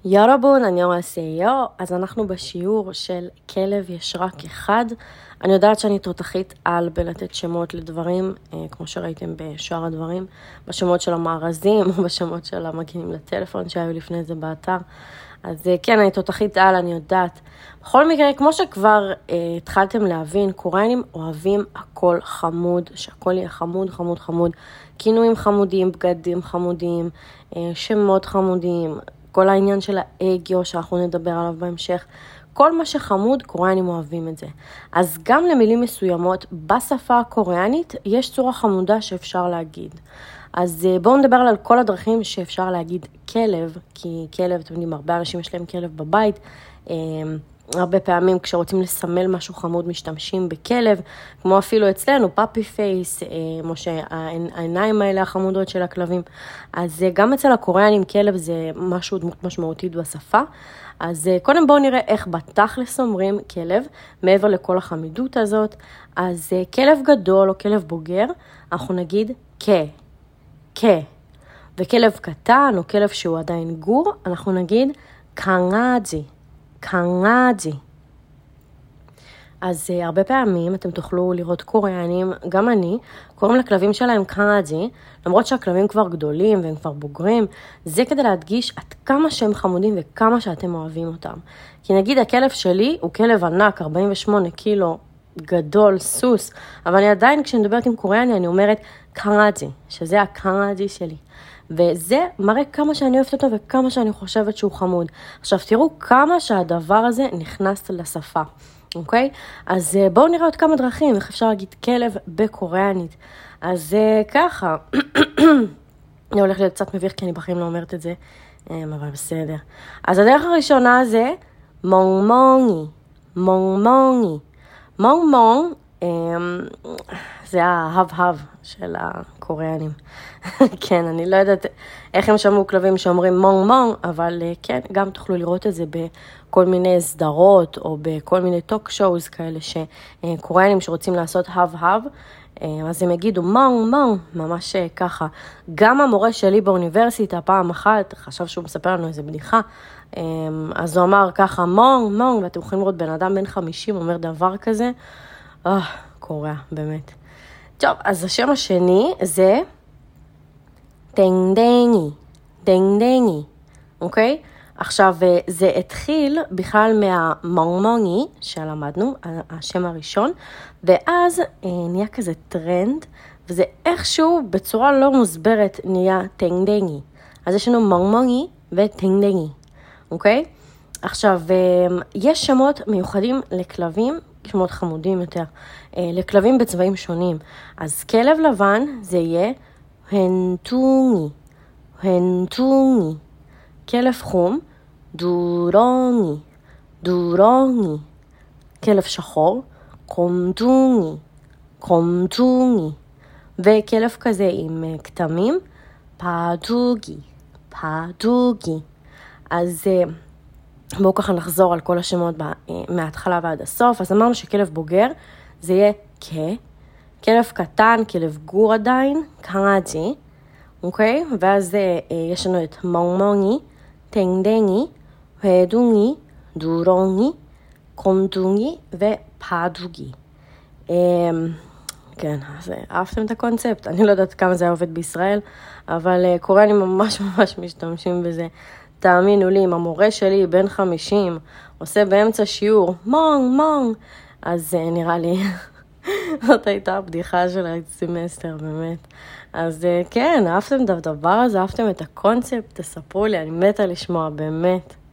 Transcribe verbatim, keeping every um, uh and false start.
ירבון, אני עושה אז אנחנו בשיעור של כלב יש רק אחד. אני יודעת שאני תותחית על בלתת שמות לדברים, כמו שראיתם בשאר הדברים, בשמות של המארזים או בשמות של המגינים לטלפון שהיו לפני זה באתר. אז כן, אני תותחית על, אני יודעת. בכל מקרה, כמו שכבר אה, התחלתם להבין, קוריאנים אוהבים הכל חמוד, שהכל יהיה חמוד, חמוד, חמוד. כינויים חמודים, בגדים חמודים, אה, שמות חמודים, כל העניין של האגיו שאנחנו נדבר עליו בהמשך. כל מה שחמוד, קוריאנים אוהבים את זה. אז גם למילים מסוימות בשפה הקוריאנית יש צורה חמודה שאפשר להגיד. אז בואו נדבר על כל הדרכים שאפשר להגיד כלב, כי כלב, אתם יודעים, הרבה אנשים יש להם כלב בבית, הרבה פעמים כשרוצים לסמל משהו חמוד משתמשים בכלב, כמו אפילו אצלנו, פאפי פייס, כמו שהעיניים האלה החמודות של הכלבים. אז גם אצל הקוריאנים כלב זה משהו דמות משמעותית בשפה. אז קודם בואו נראה איך בתכלס אומרים כלב, מעבר לכל החמידות הזאת. אז כלב גדול או כלב בוגר, אנחנו נגיד כ, כ. וכלב קטן או כלב שהוא עדיין גור, אנחנו נגיד קנג'י. קנג'י. אז uh, הרבה פעמים אתם תוכלו לראות קוריאנים, גם אני, קוראים לכלבים שלהם קנג'י, למרות שהכלבים כבר גדולים והם כבר בוגרים, זה כדי להדגיש עד כמה שהם חמודים וכמה שאתם אוהבים אותם. כי נגיד הכלב שלי הוא כלב ענק, ארבעים ושמונה קילו, גדול, סוס, אבל אני עדיין כשאני מדברת עם קוריאני אני אומרת קנג'י, שזה הקנג'י שלי. וזה מראה כמה שאני אוהבת אותו וכמה שאני חושבת שהוא חמוד. עכשיו תראו כמה שהדבר הזה נכנס לשפה, אוקיי? אז בואו נראה עוד כמה דרכים, איך אפשר להגיד כלב בקוריאנית. אז ככה, אני הולך להיות קצת מביך כי אני בחיים לא אומרת את זה, אבל בסדר. אז הדרך הראשונה זה מונג-מונגי, מונג-מונגי. מונג-מונג, זה ההב-הב של הקוריאנים. כן, אני לא יודעת איך הם שמעו כלבים שאומרים מונג-מונג, אבל כן, גם תוכלו לראות את זה בכל מיני סדרות, או בכל מיני טוק שואוז כאלה שקוריאנים שרוצים לעשות הב-הב, אז הם יגידו מונג-מונג, ממש ככה. גם המורה שלי באוניברסיטה פעם אחת, חשב שהוא מספר לנו איזה בדיחה, אז הוא אמר ככה מונג-מונג, ואתם יכולים לראות בן אדם בן חמישים אומר דבר כזה, אה, קורא, באמת. טוב, אז השם השני זה דנג-דנגי, דנג-דנגי, אוקיי? עכשיו, זה התחיל בכלל מהמונג-מונגי שלמדנו, השם הראשון, ואז נהיה כזה טרנד, וזה איכשהו בצורה לא מוסברת נהיה דנג-דנגי. אז יש לנו מונג-מונגי ודנג-דנגי, אוקיי? עכשיו, יש שמות מיוחדים לכלבים, שמות חמודים יותר, לכלבים בצבעים שונים. אז כלב לבן זה יהיה הנטונגי, הנטונגי. כלב חום, דורונגי, דורונגי. כלב שחור, קומטונגי, קומטונגי. וכלב כזה עם כתמים, פאדוגי, פאדוגי. אז בואו ככה נחזור על כל השמות מההתחלה ועד הסוף. אז אמרנו שכלב בוגר זה יהיה כ, כלב קטן, כלב גור עדיין, קנג'י, אוקיי? ואז יש לנו את מונג-מונגי, דנג-דנגי, 회둥이, 누렁이, 곰둥이 ופאדוגי. כן, אז אהבתם את הקונספט. אני לא יודעת כמה זה עובד בישראל, אבל קוריאנים ממש ממש משתמשים בזה. תאמינו לי, אם המורה שלי בן חמישים עושה באמצע שיעור מונג מונג, אז נראה לי זאת הייתה הבדיחה של הסמסטר באמת. אז כן, אהבתם את הדבר הזה, אהבתם את הקונספט, תספרו לי, אני מתה לשמוע באמת.